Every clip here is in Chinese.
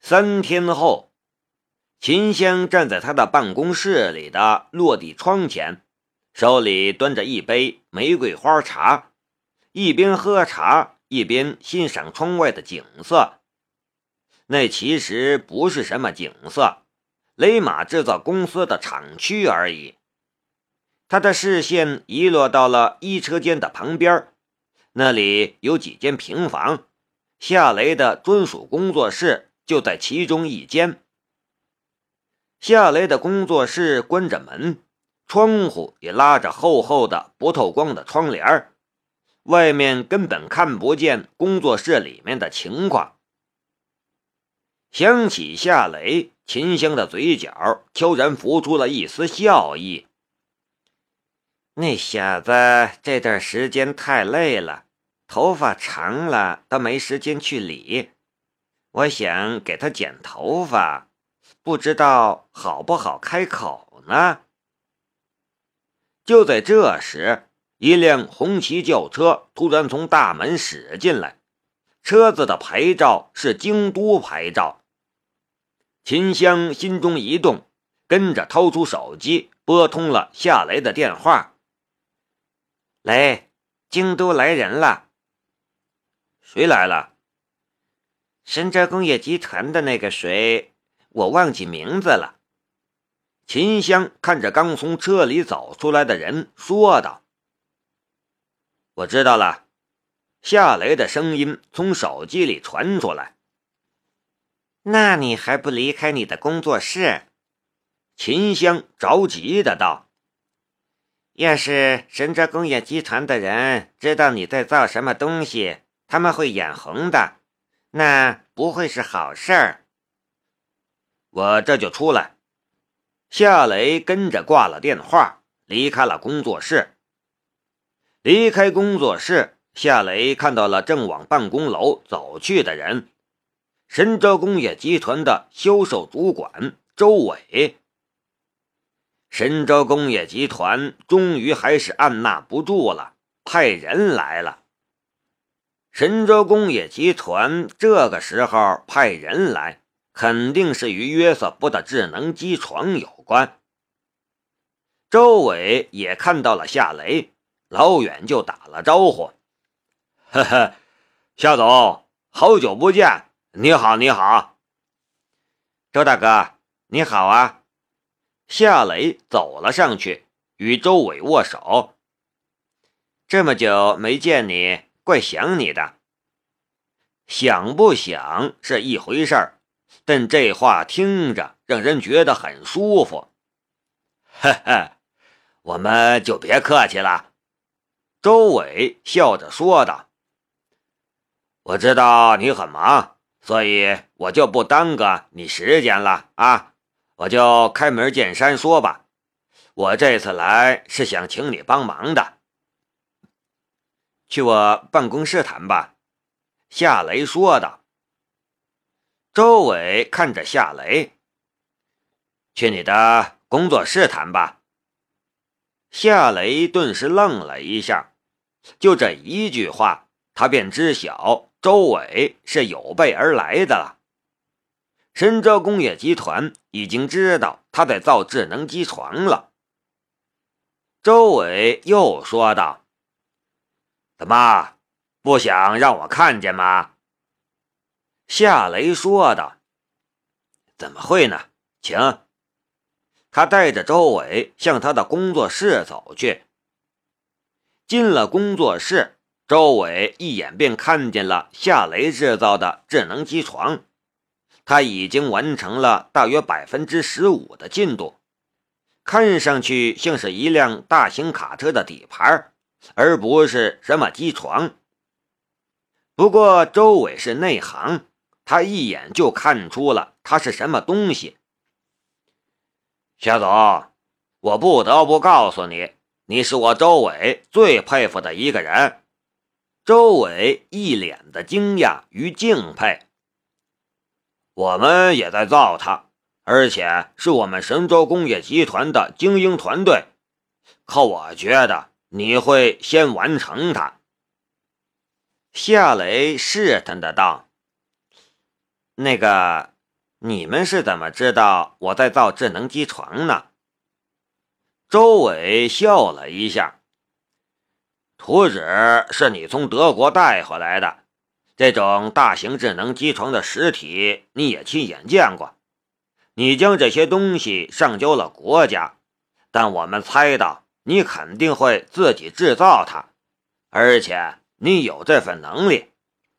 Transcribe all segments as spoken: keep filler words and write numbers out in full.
三天后，秦香站在他的办公室里的落地窗前，手里端着一杯玫瑰花茶，一边喝茶一边欣赏窗外的景色。那其实不是什么景色，雷马制造公司的厂区而已。他的视线遗落到了一车间的旁边，那里有几间平房，夏雷的专属工作室就在其中一间。夏雷的工作室关着门，窗户也拉着厚厚的不透光的窗帘，外面根本看不见工作室里面的情况。想起夏雷，秦香的嘴角悄然浮出了一丝笑意。那小子这段时间太累了，头发长了都没时间去理，我想给他剪头发，不知道好不好开口呢。就在这时，一辆红旗轿车突然从大门驶进来，车子的牌照是京都牌照。秦香心中一动，跟着掏出手机拨通了夏雷的电话。雷，京都来人了。谁来了？神州工业集团的那个谁，我忘记名字了。秦香看着刚从车里走出来的人说道。我知道了。夏雷的声音从手机里传出来。那你还不离开你的工作室？秦香着急的道。要是神州工业集团的人知道你在造什么东西，他们会眼红的，那不会是好事儿。我这就出来。夏雷跟着挂了电话，离开了工作室。离开工作室，夏雷看到了正往办公楼走去的人，神州工业集团的销售主管周伟。神州工业集团终于还是按捺不住了，派人来了。神州工业集团这个时候派人来，肯定是与约瑟夫的智能机床有关。周伟也看到了夏雷，老远就打了招呼。呵呵，夏总，好久不见，你好你好。周大哥，你好啊。夏雷走了上去，与周伟握手。这么久没见你，怪想你的。想不想是一回事儿，但这话听着让人觉得很舒服。呵呵，我们就别客气了。周伟笑着说道。我知道你很忙，所以我就不耽搁你时间了啊。我就开门见山说吧，我这次来是想请你帮忙的。去我办公室谈吧。夏雷说道。周伟看着夏雷。去你的工作室谈吧。夏雷顿时愣了一下，就这一句话，他便知晓周伟是有备而来的了。神州工业集团已经知道他在造智能机床了。周伟又说道。怎么，不想让我看见吗？夏雷说道。怎么会呢，请。他带着周伟向他的工作室走去。进了工作室，周伟一眼便看见了夏雷制造的智能机床。他已经完成了大约 百分之十五 的进度，看上去像是一辆大型卡车的底盘，而不是什么机床。不过周伟是内行，他一眼就看出了它是什么东西。夏总，我不得不告诉你，你是我周伟最佩服的一个人。周伟一脸的惊讶与敬佩。我们也在造它，而且是我们神州工业集团的精英团队，可我觉得你会先完成它。夏雷试探的道。那个你们是怎么知道我在造智能机床呢？周伟笑了一下。图纸是你从德国带回来的，这种大型智能机床的实体你也亲眼见过。你将这些东西上交了国家，但我们猜到你肯定会自己制造它，而且你有这份能力。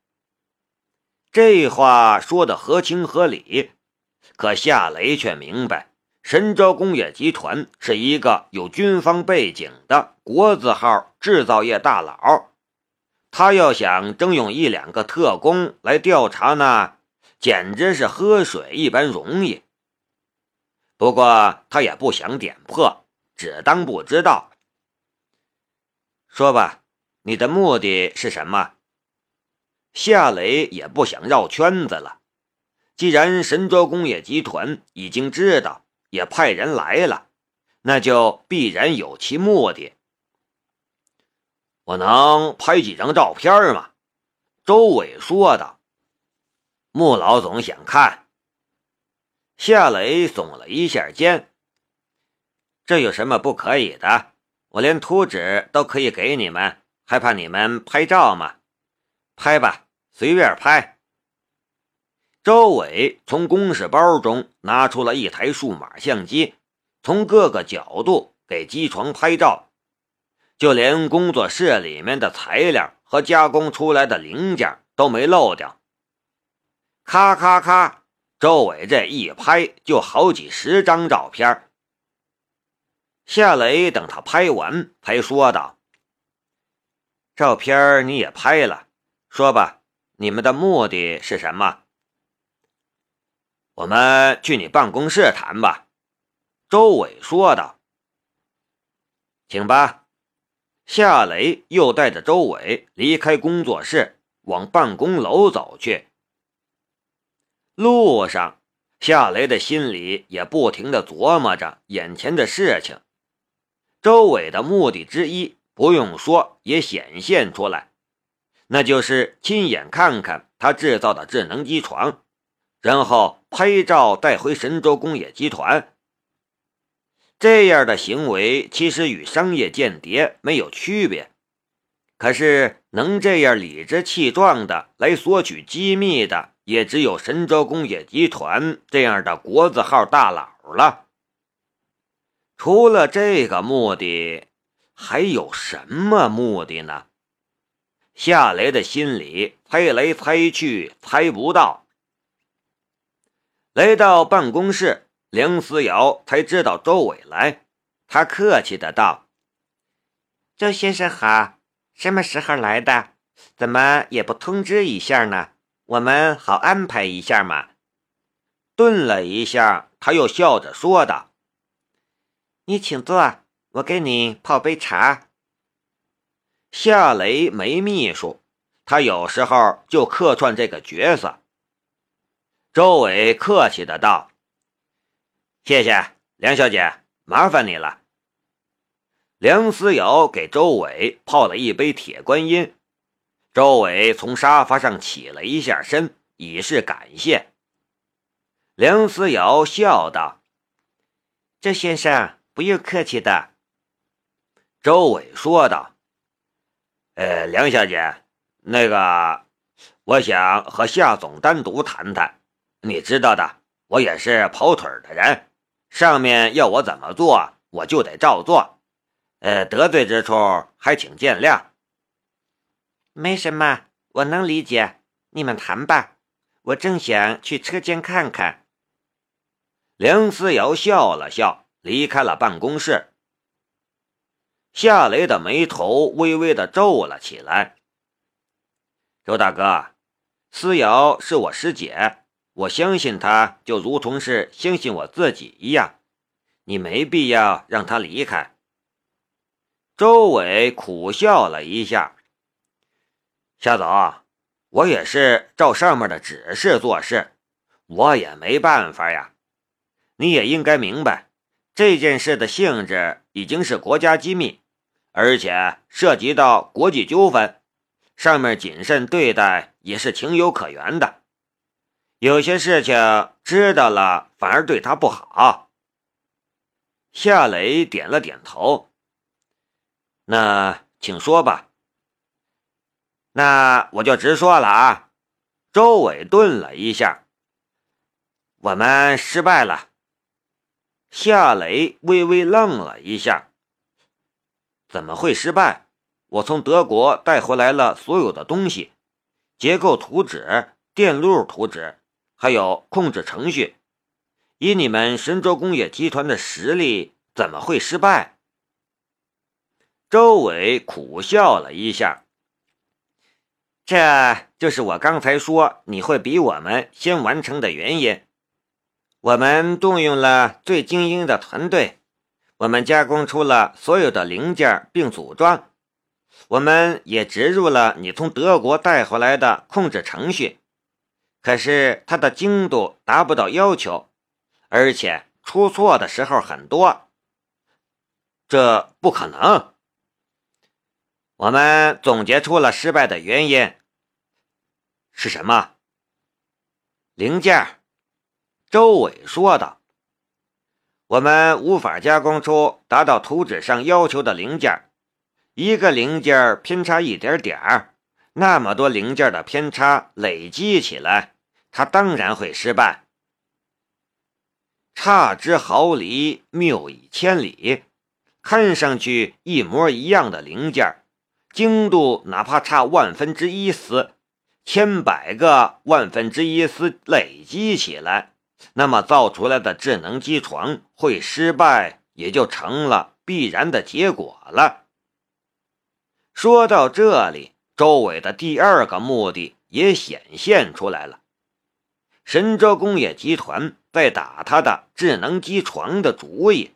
这话说得合情合理，可夏雷却明白，神州工业集团是一个有军方背景的国字号制造业大佬，他要想征用一两个特工来调查呢，简直是喝水一般容易。不过他也不想点破，只当不知道。说吧，你的目的是什么？夏雷也不想绕圈子了，既然神州工业集团已经知道，也派人来了，那就必然有其目的。我能拍几张照片吗？周伟说道。穆老总想看。夏雷耸了一下肩。这有什么不可以的？我连图纸都可以给你们，还怕你们拍照吗？拍吧，随便拍。周伟从公事包中拿出了一台数码相机，从各个角度给机床拍照，就连工作室里面的材料和加工出来的零件都没漏掉。咔咔咔，周伟这一拍就好几十张照片。夏雷等他拍完才说道：照片你也拍了，说吧，你们的目的是什么？我们去你办公室谈吧。周伟说道。请吧。夏雷又带着周伟离开工作室，往办公楼走去。路上，夏雷的心里也不停地琢磨着眼前的事情。周伟的目的之一，不用说也显现出来，那就是亲眼看看他制造的智能机床，然后拍照带回神州工业集团。这样的行为其实与商业间谍没有区别，可是能这样理直气壮的来索取机密的，也只有神州工业集团这样的国字号大佬了。除了这个目的，还有什么目的呢？夏雷的心里猜来猜去，猜不到。来到办公室，梁思瑶才知道周伟来，他客气的道：周先生好，什么时候来的？怎么也不通知一下呢？我们好安排一下嘛。顿了一下，他又笑着说道：你请坐，我给你泡杯茶。夏雷没秘书，他有时候就客串这个角色。周伟客气的道：谢谢梁小姐，麻烦你了。梁思瑶给周伟泡了一杯铁观音，周伟从沙发上起了一下身，以示感谢。梁思瑶笑道：周先生不用客气的。周伟说道：呃，梁小姐，那个我想和夏总单独谈谈，你知道的，我也是跑腿的人，上面要我怎么做我就得照做，呃，得罪之处还请见谅。没什么，我能理解，你们谈吧，我正想去车间看看。梁思瑶笑了笑，离开了办公室。夏雷的眉头微微的皱了起来。周大哥，思瑶是我师姐，我相信她就如同是相信我自己一样，你没必要让她离开。周伟苦笑了一下。夏总，我也是照上面的指示做事，我也没办法呀。你也应该明白，这件事的性质已经是国家机密，而且涉及到国际纠纷，上面谨慎对待也是情有可原的。 有些事情知道了反而对他不好。夏雷点了点头。那请说吧。那我就直说了啊。周伟顿了一下。我们失败了。夏雷微微愣了一下。怎么会失败？我从德国带回来了所有的东西，结构图纸、电路图纸，还有控制程序。以你们神州工业集团的实力，怎么会失败？周伟苦笑了一下。这就是我刚才说你会比我们先完成的原因。我们动用了最精英的团队，我们加工出了所有的零件并组装，我们也植入了你从德国带回来的控制程序，可是它的精度达不到要求，而且出错的时候很多。这不可能。我们总结出了失败的原因。是什么？零件。周伟说道。我们无法加工出达到图纸上要求的零件，一个零件偏差一点点，那么多零件的偏差累积起来，它当然会失败。差之毫厘，谬以千里。看上去一模一样的零件，精度哪怕差万分之一丝，千百个万分之一丝累积起来，那么造出来的智能机床会失败，也就成了必然的结果了。说到这里，周伟的第二个目的也显现出来了。神州工业集团在打他的智能机床的主意。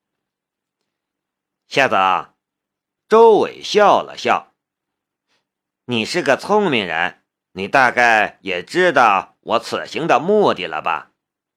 夏总，周伟笑了笑。你是个聪明人，你大概也知道我此行的目的了吧？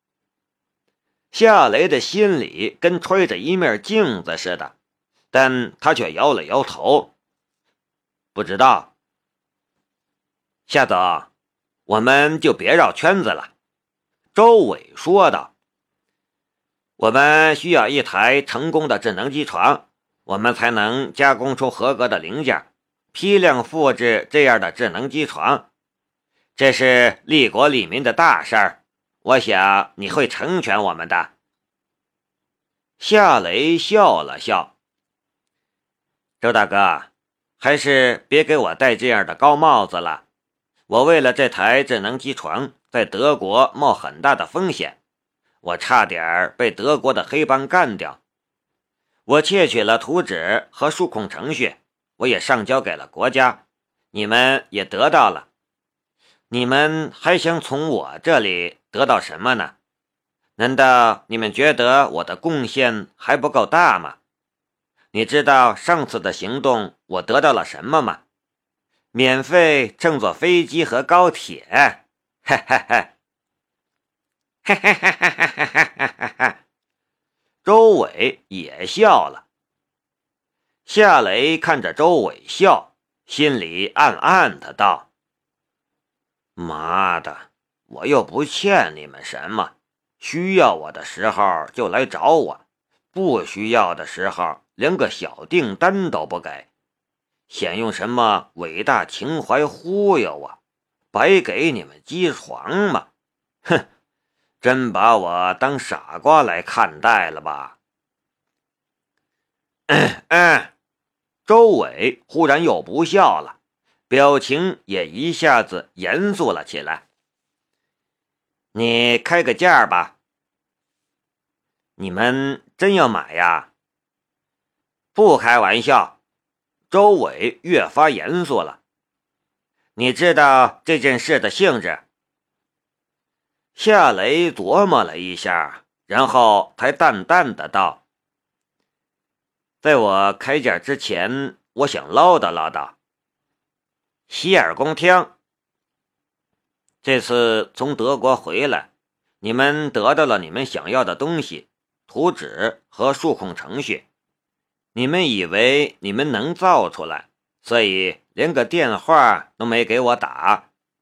夏雷的心里跟吹着一面镜子似的，但他却摇了摇头。不知道。夏总，我们就别绕圈子了。周伟说道。我们需要一台成功的智能机床，我们才能加工出合格的零件，批量复制这样的智能机床。这是利国利民的大事儿，我想你会成全我们的。夏雷笑了笑。周大哥，还是别给我戴这样的高帽子了。我为了这台智能机床，在德国冒很大的风险，我差点被德国的黑帮干掉。我窃取了图纸和数控程序，我也上交给了国家，你们也得到了。你们还想从我这里得到什么呢？难道你们觉得我的贡献还不够大吗？你知道上次的行动我得到了什么吗？免费乘坐飞机和高铁，哈哈哈，哈哈哈哈哈哈哈！周伟也笑了。夏雷看着周伟笑，心里暗暗的道：妈的，我又不欠你们什么，需要我的时候就来找我，不需要的时候连个小订单都不给，想用什么伟大情怀忽悠我，白给你们机床吗？哼，真把我当傻瓜来看待了吧？嗯嗯，周伟忽然又不笑了，表情也一下子严肃了起来。你开个价吧。你们真要买呀？不开玩笑。周伟越发严肃了。你知道这件事的性质？夏雷琢磨了一下，然后才淡淡的道：在我开价之前，我想唠叨唠叨。洗耳恭听。这次从德国回来，你们得到了你们想要的东西，图纸和数控程序。你们以为你们能造出来，所以连个电话都没给我打。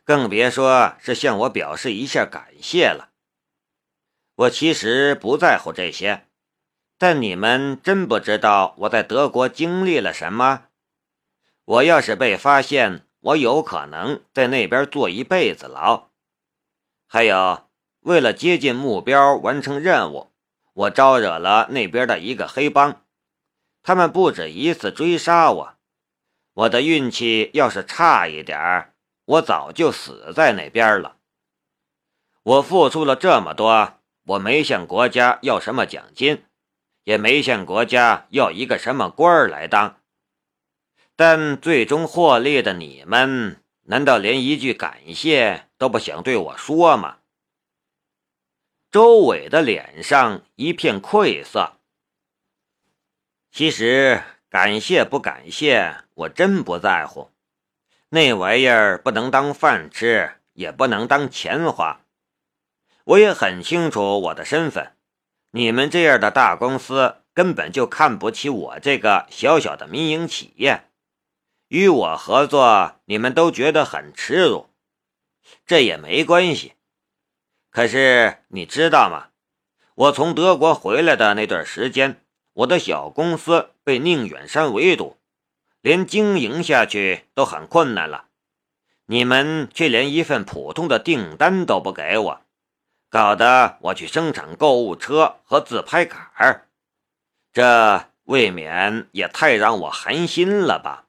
更别说是向我表示一下感谢了。我其实不在乎这些，但你们真不知道我在德国经历了什么。我要是被发现，我有可能在那边坐一辈子牢。还有，为了接近目标，完成任务，我招惹了那边的一个黑帮，他们不止一次追杀我。我的运气要是差一点，我早就死在那边了。我付出了这么多，我没向国家要什么奖金，也没向国家要一个什么官来当。但最终获利的你们，难道连一句感谢都不想对我说吗？周伟的脸上一片愧色。其实感谢不感谢，我真不在乎。那玩意儿不能当饭吃，也不能当钱花。我也很清楚我的身份，你们这样的大公司根本就看不起我这个小小的民营企业。与我合作，你们都觉得很耻辱，这也没关系。可是你知道吗？我从德国回来的那段时间，我的小公司被宁远山围堵，连经营下去都很困难了。你们却连一份普通的订单都不给我，搞得我去生产购物车和自拍杆，这未免也太让我寒心了吧。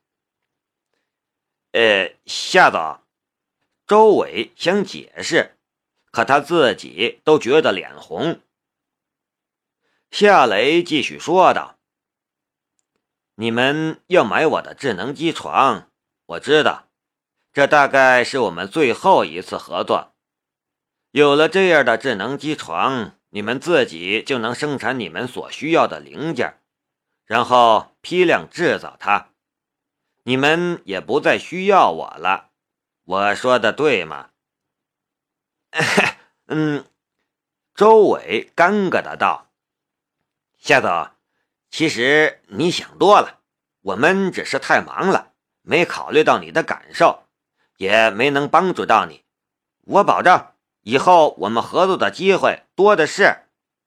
呃，夏总，周伟想解释，可他自己都觉得脸红。夏雷继续说道：你们要买我的智能机床，我知道，这大概是我们最后一次合作。有了这样的智能机床，你们自己就能生产你们所需要的零件，然后批量制造它。你们也不再需要我了，我说的对吗？嗯，周伟尴尬的道：夏总，其实你想多了，我们只是太忙了，没考虑到你的感受，也没能帮助到你。我保证，以后我们合作的机会多的是。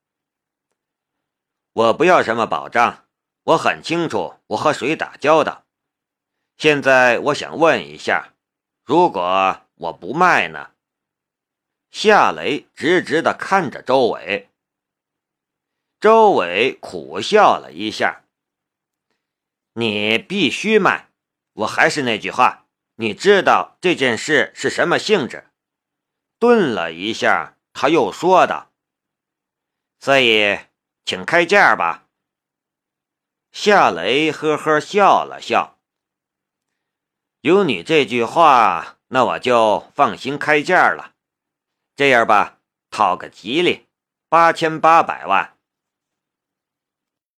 我不要什么保障，我很清楚我和谁打交道。现在我想问一下，如果我不卖呢？夏雷直直地看着周伟。周伟苦笑了一下：你必须卖，我还是那句话，你知道这件事是什么性质？顿了一下，他又说道：所以请开价吧。夏雷呵呵笑了笑：有你这句话，那我就放心开价了。这样吧，讨个吉利，八千八百万。